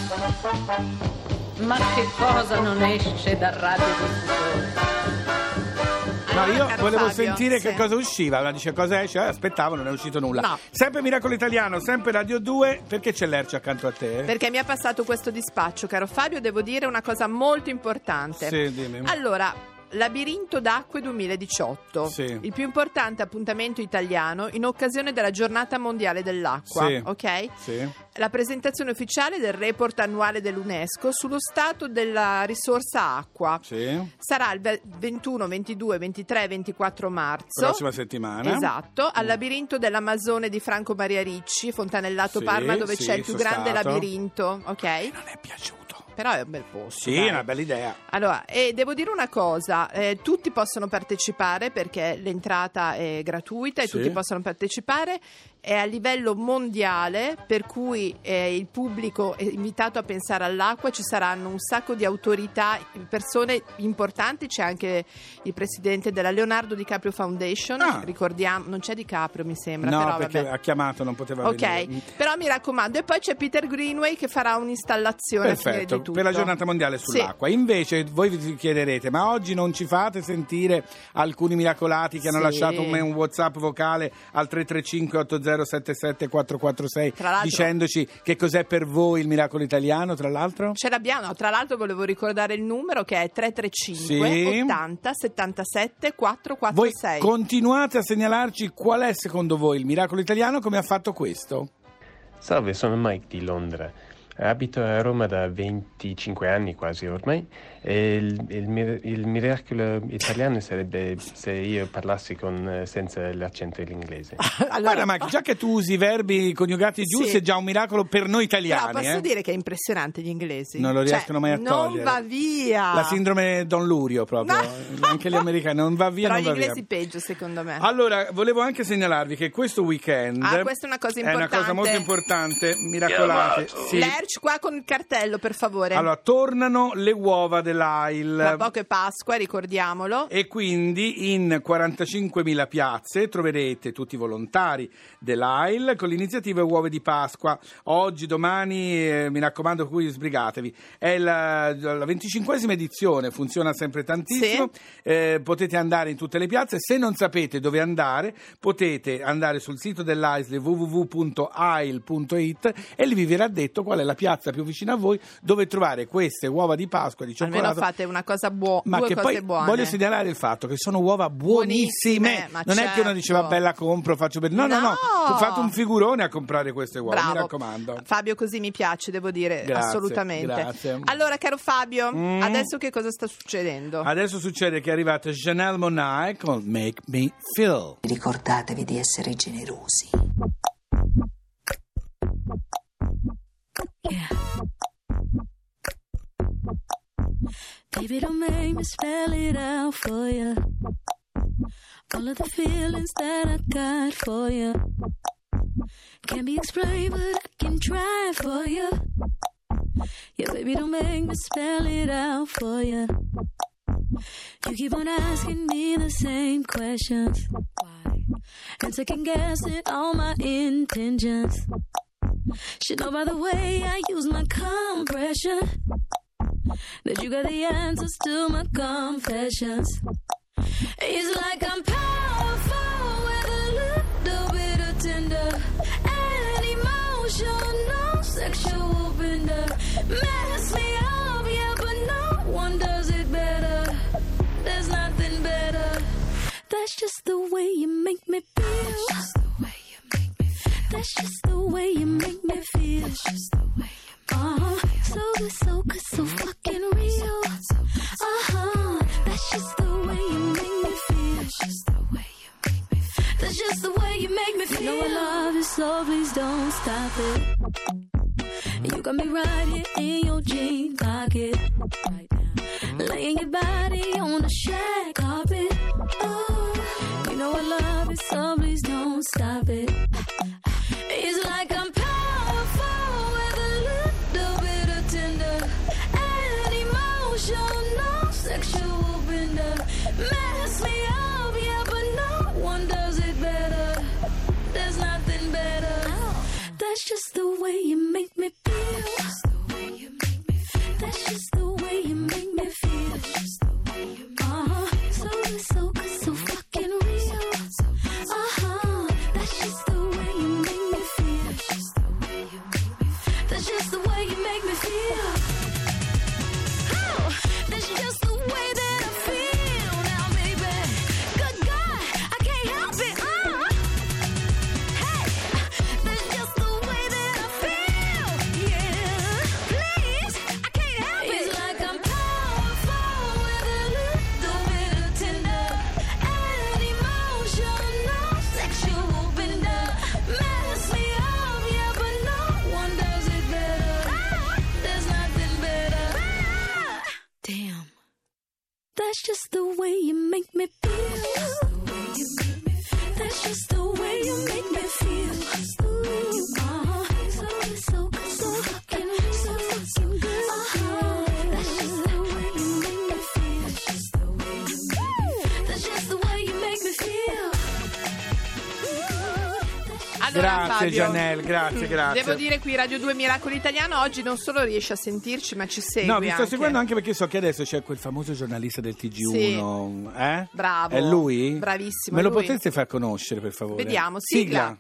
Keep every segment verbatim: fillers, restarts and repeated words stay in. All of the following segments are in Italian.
Ma che cosa non esce dal radiodiffusore? No, io Caro volevo Fabio, sentire sì. che cosa usciva. Allora dice cosa esce, eh, aspettavo, non è uscito nulla. No. Sempre Miracolo Italiano, sempre Radio due. Perché c'è Lercio accanto a te? Perché mi ha passato questo dispaccio, caro Fabio, devo dire una cosa molto importante. Sì, dimmi. Allora, Labirinto d'acque duemiladiciotto, Sì. il più importante appuntamento italiano in occasione della giornata mondiale dell'acqua, Sì. ok? Sì. La presentazione ufficiale del report annuale dell'UNESCO sullo stato della risorsa acqua. Sì. Sarà il ve- ventuno, ventidue, ventitré e ventiquattro marzo. Prossima settimana. Esatto, al labirinto dell'Amazone di Franco Maria Ricci, Fontanellato Sì, Parma, dove sì, c'è il più sono grande stato. labirinto, ok? Non è piaciuto. Però è un bel posto. Sì, dai. è una bella idea. Allora, e devo dire una cosa, eh, tutti possono partecipare perché l'entrata è gratuita e Sì. tutti possono partecipare, è a livello mondiale, per cui eh, il pubblico è invitato a pensare all'acqua, ci saranno un sacco di autorità, persone importanti, c'è anche il presidente della Leonardo DiCaprio Foundation, Ah. ricordiamo, non c'è DiCaprio mi sembra, No, però perché vabbè. ha chiamato, non poteva Ok, venire. però mi raccomando, e poi c'è Peter Greenway che farà un'installazione a finire di Perfetto, tutto. per la giornata mondiale sull'acqua. Sì. Invece voi vi chiederete, ma oggi non ci fate sentire alcuni miracolati che hanno Sì. lasciato un, un WhatsApp vocale al tre tre cinque otto zero sette sette quattro quattro sei Tra l'altro- dicendoci che cos'è per voi il miracolo italiano, tra l'altro? Ce l'abbiamo, tra l'altro volevo ricordare il numero che è tre tre cinque Sì. ottanta settantasette Voi quattrocentoquarantasei. continuate a segnalarci qual è secondo voi il miracolo italiano, come ha fatto questo? Salve, sono Mike di Londra. Abito a Roma da venticinque anni quasi ormai e il, il, mir- il miracolo italiano sarebbe se io parlassi con, eh, senza l'accento dell'inglese. Guarda, ma già che tu usi i verbi coniugati giusti Sì. è già un miracolo per noi italiani. Però posso eh? dire che è impressionante gli inglesi. Non lo Cioè, riescono mai a non togliere. va via. La sindrome Don Lurio proprio, No. anche gli americani, non va via, Però non gli va via. inglesi peggio secondo me. Allora, volevo anche segnalarvi che questo weekend Ah, questa è una cosa è una importante. cosa molto importante, miracolate. Sì. Lerch, qua con il cartello per favore. Allora, tornano le uova dell'A I L. Tra poco è Pasqua, ricordiamolo. E quindi in quarantacinquemila piazze troverete tutti i volontari dell'A I L con l'iniziativa Uova di Pasqua. Oggi, domani, eh, mi raccomando, qui sbrigatevi. È la, la venticinquesima edizione, funziona sempre tantissimo. Sì. Eh, potete andare in tutte le piazze. Se non sapete dove andare, potete andare sul sito dell'A I S L w w w punto a i l punto i t e lì vi verrà detto qual è la piazza più vicina a voi dove trovare queste uova di Pasqua di cioccolato. Almeno fate una cosa buona, Ma due che cose poi buone. voglio segnalare il fatto che sono uova buonissime, Buonissime, ma non è che uno dice certo. vabbè la compro, faccio bene, no no no, No. fate un figurone a comprare queste uova, Bravo. mi raccomando. Fabio, così mi piace, devo dire, Grazie, assolutamente. grazie. Allora, caro Fabio, Mm. adesso che cosa sta succedendo? Adesso succede che è arrivata Janelle Monáe con Make Me Feel. Ricordatevi di essere generosi. Baby, don't make me spell it out for you. All of the feelings that I got for you can't be explained, but I can try for you. Yeah, baby, don't make me spell it out for you. You keep on asking me the same questions. Why? And second guessing all my intentions. Should know by the way I use my compression that you got the answers to my confessions. It's like I'm powerful with a little bit of tender and emotional sexual bender. Mess me up, yeah, but no one does it better. There's nothing better. That's just the way you make me feel. That's just the way you make me feel. That's just the way you make me feel. That's just the way you make uh-huh. me feel. So good, so good, so fucking real. Uh-huh. That's just the way you make me feel. That's just the way you make me feel. That's just the way you make me feel. You know I love you, so please don't stop it. You got me right here in your jean pocket, right now, laying your body on the shag carpet. Oh, you know I love it, so please don't stop it. It's like I'm powerful with a little bit of tender and emotional sexual bender. Mess me up, yeah, but no one does it better. There's nothing better. That's just the way you make me feel. That's just the way you just the way you make me feel. Oh, that's just the way that I feel now, baby. Good God, I can't help it. Uh. Hey, that's just the way that I feel. Yeah, please, I can't help it. It's like I'm powerful with a little bit of tender and emotional, sexual bender. Mess me up, yeah, but no one does it better. There's nothing better. Damn, that's just the way you make me feel. That's just the way you make me feel. Uh-huh. So, so, so fucking, so fucking good. Uh-huh. That's just the way you make me feel. That's just the way you make me feel. Allora, Grazie Fabio, Janelle, grazie, grazie. devo dire qui Radio due Miracolo Italiano oggi non solo riesce a sentirci, ma ci segue. No, vi sto anche. seguendo anche perché so che adesso c'è quel famoso giornalista del T G uno. Sì. Eh? Bravo. È lui? Bravissimo. Me lo lui. potete far conoscere, per favore? Vediamo, sigla.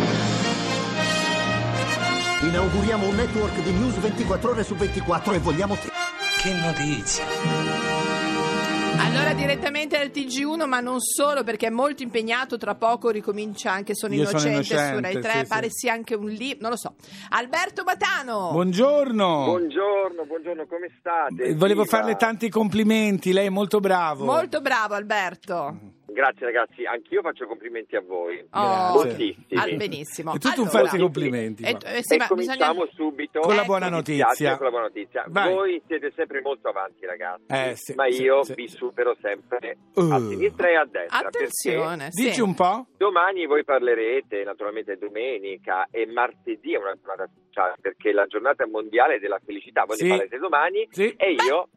Inauguriamo un network di news ventiquattro ore su ventiquattro e vogliamo te. Che notizia! Allora direttamente dal T G uno, ma non solo, perché è molto impegnato. Tra poco ricomincia anche Sono Io sono innocente, innocente, su Rai tre, sì, pare sì. sia anche un libro, non lo so. Alberto Batano. Buongiorno. Buongiorno, buongiorno, come state? Eh, Volevo Viva. farle tanti complimenti, lei è molto bravo. Molto bravo Alberto. Grazie ragazzi, anch'io faccio complimenti a voi. Oh, Moltissimi. ah, benissimo. E tu tu Allora, farti i complimenti. eh, qua. eh, sì, e ma cominciamo bisogna- subito Con la Ecco. buona Mi dispiace, notizia. con la buona notizia. Vai. Voi siete sempre molto avanti ragazzi, Eh, sì, ma sì, io sì, vi sì. supero sempre Uh. a sinistra e a destra. Attenzione, sì. Dici un po'? Perché domani voi parlerete, naturalmente domenica e martedì è una giornata speciale perché è la giornata mondiale della felicità. Voi Sì. ne parlerete domani Sì. e io...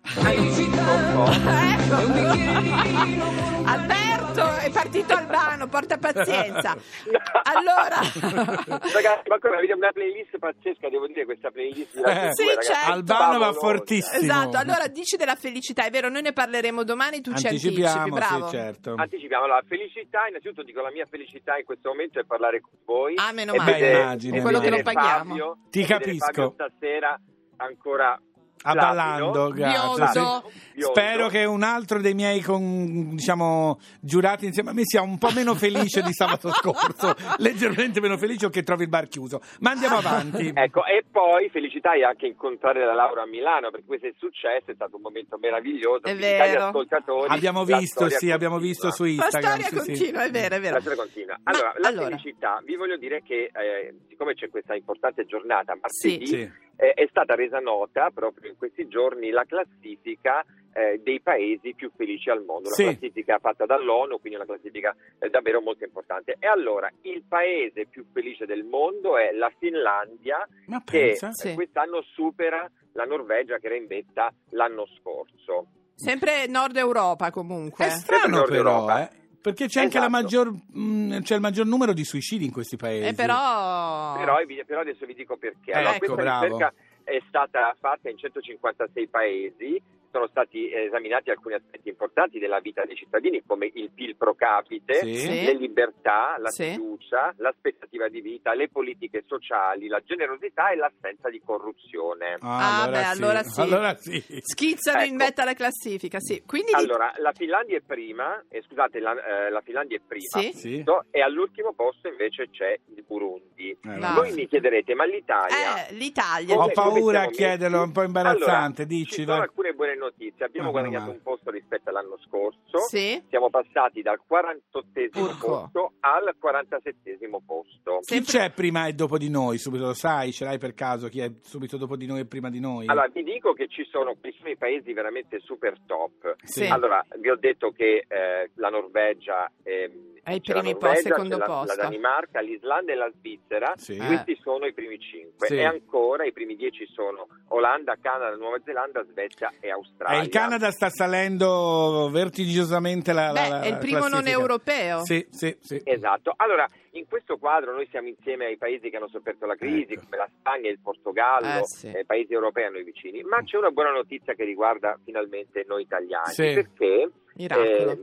Ecco. Alberto, è partito Albano, porta pazienza. Allora, Ragazzi, ma ancora avete una playlist pazzesca, devo dire, questa playlist di Radio Eh, sì, due, ragazzi, certo. Albano va favolosa. fortissimo. esatto, allora dici della felicità, è vero, noi ne parleremo domani, tu ci anticipi, Anticipiamo, bravo. sì, certo. Anticipiamo, la felicità, innanzututto dico la mia felicità in questo momento è parlare con voi. Ah, meno e male. vedere- Beh, immagino, e quello che vedere non paghiamo. Fabio, Ti e vedere capisco. Fabio stasera ancora Abballando, flavido, grazie. Biondo. sì. biondo. Spero che un altro dei miei con- diciamo giurati insieme a me sia un po' meno felice di sabato scorso, leggermente meno felice o che trovi il bar chiuso. Ma andiamo avanti. Ecco, e poi felicità è anche incontrare la Laura a Milano, perché questo è successo, è stato un momento meraviglioso. È Felicità agli vero. ascoltatori. Abbiamo la visto, storia sì, abbiamo continua. visto su La Instagram. storia sì, sì. continua, è vero, è vero. La storia continua. Ma, Allora, la allora. felicità, vi voglio dire che eh, siccome c'è questa importante giornata, martedì, Sì. eh, è stata resa nota proprio in questi giorni la classifica eh, dei paesi più felici al mondo, una Sì. classifica fatta dall'ONU, quindi una classifica eh, davvero molto importante. E allora, il paese più felice del mondo è la Finlandia, Ma che pensa. eh, Sì. quest'anno supera la Norvegia, che era in vetta l'anno scorso. Sempre Nord Europa comunque. È Sempre strano Nord però, Europa. eh, perché c'è anche la Esatto. maggior mh, c'è il maggior numero di suicidi in questi paesi. Eh, però... Però, però adesso vi dico perché. Eh, Allora, ecco, questa bravo. ricerca è stata fatta in centocinquantasei paesi, sono stati esaminati alcuni aspetti importanti della vita dei cittadini come il P I L pro capite, Sì. Sì. le libertà, la Sì. fiducia, l'aspettativa di vita, le politiche sociali, la generosità e l'assenza di corruzione. Ah, beh, allora sì. Allora sì. Schizzano in Ecco. vetta alla classifica, sì. Quindi Allora, la Finlandia è prima, eh, scusate, la, eh, la Finlandia è prima, Sì. Sì. e all'ultimo posto invece c'è il Burundi. Eh, No. Voi mi chiederete, ma l'Italia... eh, l'Italia. Ho Come- come paura a siamo chiederlo, messi? è un po' imbarazzante, Allora, dici, ci sono vai. alcune buone notizie. Abbiamo Ah, meno guadagnato male. un posto rispetto all'anno scorso. Sì. Siamo passati dal quarantottesimo Urco. posto al quarantasettesimo posto. Chi Sempre- c'è prima e dopo di noi? Subito lo sai? Ce l'hai per caso chi è subito dopo di noi e prima di noi? Allora, vi dico che ci sono, ci sono i paesi veramente super top. Sì. Allora, vi ho detto che eh, la Norvegia ehm, Ai c'è la primi Norvegia, posti, secondo c'è la, posto. la Danimarca, l'Islanda e la Svizzera. Sì. Questi sono i primi cinque. Sì. E ancora i primi dieci sono Olanda, Canada, Nuova Zelanda, Svezia e Australia. E il Canada sta salendo vertiginosamente la, la, Beh, la è il primo non classifica. europeo. Sì, sì, sì. Esatto, allora in questo quadro noi siamo insieme ai paesi che hanno sofferto la crisi, Ecco. come la Spagna, il Portogallo, Eh, sì. eh, paesi europei a noi vicini, ma c'è una buona notizia che riguarda finalmente noi italiani, Sì. perché Miracolo. ehm,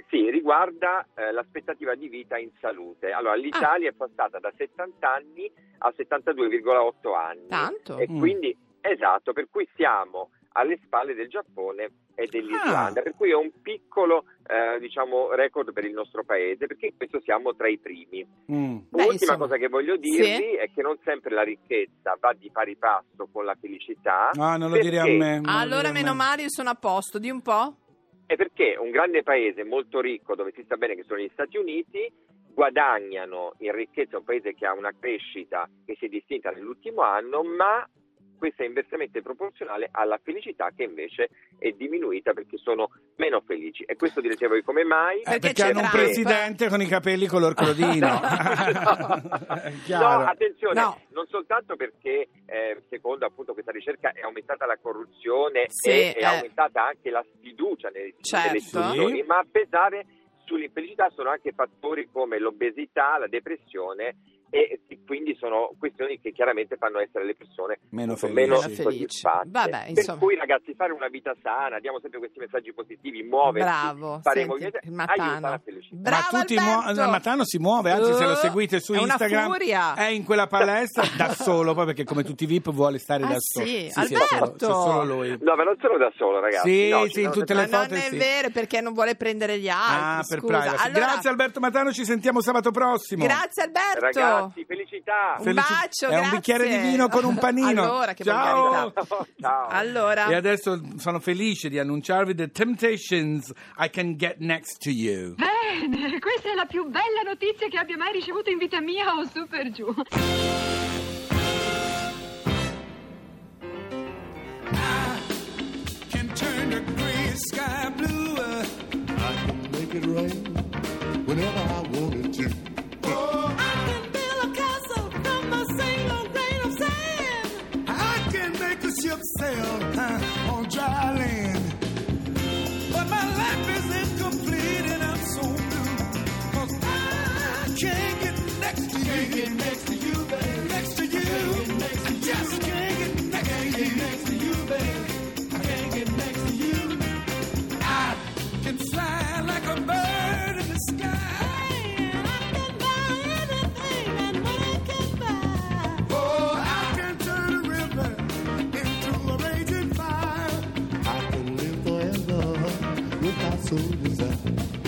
sì, riguarda eh, l'aspettativa di vita in salute. Allora, l'Italia ah. è passata da settanta anni a settantadue virgola otto anni. Tanto? E Mm. quindi, esatto, per cui siamo alle spalle del Giappone e dell'Islanda, Ah. per cui è un piccolo eh, diciamo record per il nostro paese, perché in questo siamo tra i primi. Mm. Beh, L'ultima insomma, cosa che voglio dirvi sì. è che non sempre la ricchezza va di pari passo con la felicità. Ah, non lo perché- dire a me. non lo Allora dire a meno me. male, io sono a posto, di un po'? È perché un grande paese molto ricco, dove si sta bene, che sono gli Stati Uniti, guadagnano in ricchezza, un paese che ha una crescita che si è distinta nell'ultimo anno, ma questa è inversamente proporzionale alla felicità, che invece è diminuita perché sono meno felici. E questo direte voi come mai? Eh, Perché perché c'è hanno un Trump. presidente con i capelli color crodino. È No, chiaro. attenzione, No. non soltanto perché eh, secondo appunto questa ricerca è aumentata la corruzione Sì, e è eh. aumentata anche la sfiducia nelle, Certo. nelle istituzioni, Sì. ma a pesare sull'infelicità sono anche fattori come l'obesità, la depressione, e quindi sono questioni che chiaramente fanno essere le persone Meno appunto, felici. meno Meno felici. soddisfatte. Vabbè, per insomma. cui ragazzi, fare una vita sana, diamo sempre questi messaggi positivi, muoversi, Bravo, fare senti, movimenti, il aiuta Matano. la felicità. Bravo, Ma tutti Alberto! muo- no, Matano si muove, anzi se lo Uh, seguite su è una Instagram furia. è in quella palestra da solo, poi perché come tutti i V I P vuole stare Ah, da sì? solo. è Alberto! solo, c'è solo lui. No, ma non sono da solo, ragazzi. Sì, no, sì, ci in sono tutte Ma le sempre- foto non è sì. vero, perché non vuole prendere gli altri. Ah, per scusa. privacy. Allora, Grazie Alberto Matano, ci sentiamo sabato prossimo. grazie Alberto. Ragazzi, felicità! Un Felici- bacio, è un grazie. bicchiere di vino con un panino. Allora, che Ciao. volgarità. Ciao! Allora, E adesso sono felice di annunciarvi The Temptations, I Can Get Next to You. Bene, questa è la più bella notizia che abbia mai ricevuto in vita mia o su per giù. Can turn the gray sky blue. I can make it rain whenever I wanted to. Oh, I can build a castle from a single grain of sand. I can make a ship sail uh, on dry land. But my life is incomplete and I'm so blue. 'Cause I can't get next to you. Can't get next to you, baby. Next to you. I just can't get next to you. Next to you, baby. I can't get next to you. I can fly like a bird in the sky. I can buy anything and what I can buy. Oh, I can turn a river into a raging fire. I can live forever without soul desire.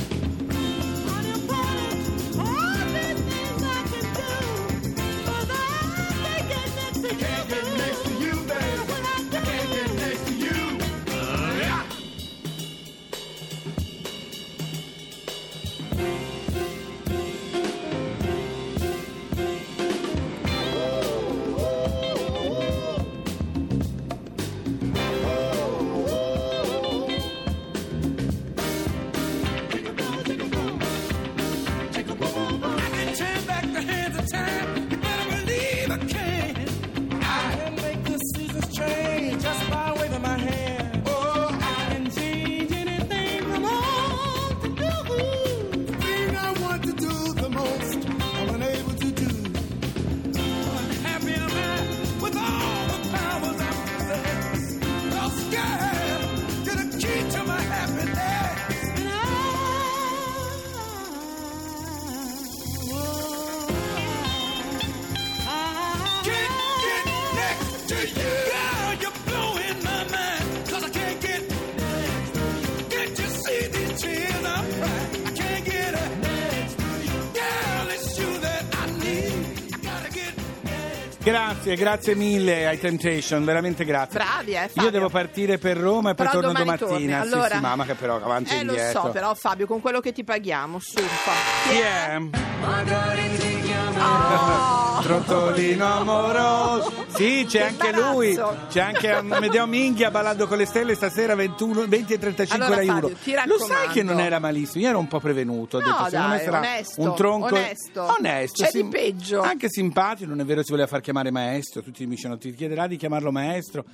Grazie, grazie mille ai Temptation, veramente grazie. Bravi, eh, Fabio. Io devo partire per Roma e poi Però torno domani domattina. torni. Sì, Allora- sì, mamma che però avanti e Eh, lo indietro. so, però Fabio, con quello che ti paghiamo, su un po'. Chi è? Magari ti chiamerò. Oh! Trottolino amoroso. Sì, c'è Che anche imbarazzo. lui. C'è anche Amedeo Minghia ballando con le stelle stasera ventuno, venti e trentacinque Allora, euro. Fabio, ti Lo sai raccomando. che non era malissimo? Io ero un po' prevenuto. Ho No, detto, secondo me dai, sarà onesto, un tronco onesto. onesto, C'è sì. di peggio. Anche simpatico, non è vero, si voleva far chiamare maestro. Tutti mi dicono, ti chiederà di chiamarlo maestro.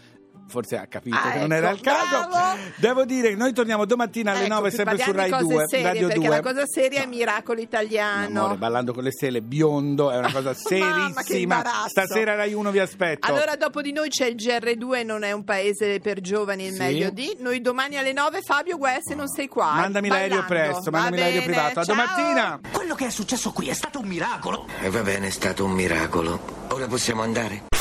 forse ha capito Ah, che non ecco, era il caso. bravo. Devo dire che noi torniamo domattina alle Ecco, nove più sempre su parliamo Rai di cose due, serie, Radio perché due. la cosa seria è Miracolo Italiano. Amore, Ballando con le stelle, biondo, è una cosa Mamma, che serissima. imbarazzo. Stasera Rai uno vi aspetto. Allora, dopo di noi c'è il G R due, non è un paese per giovani, il Sì. meglio di. Noi domani alle nove, Fabio Guest, non sei qua. Mandami l'aereo ballando. presto, Va mandami l'aereo bene, privato. A ciao. domattina. Quello che è successo qui è stato un miracolo. E va bene, è stato un miracolo. Ora possiamo andare?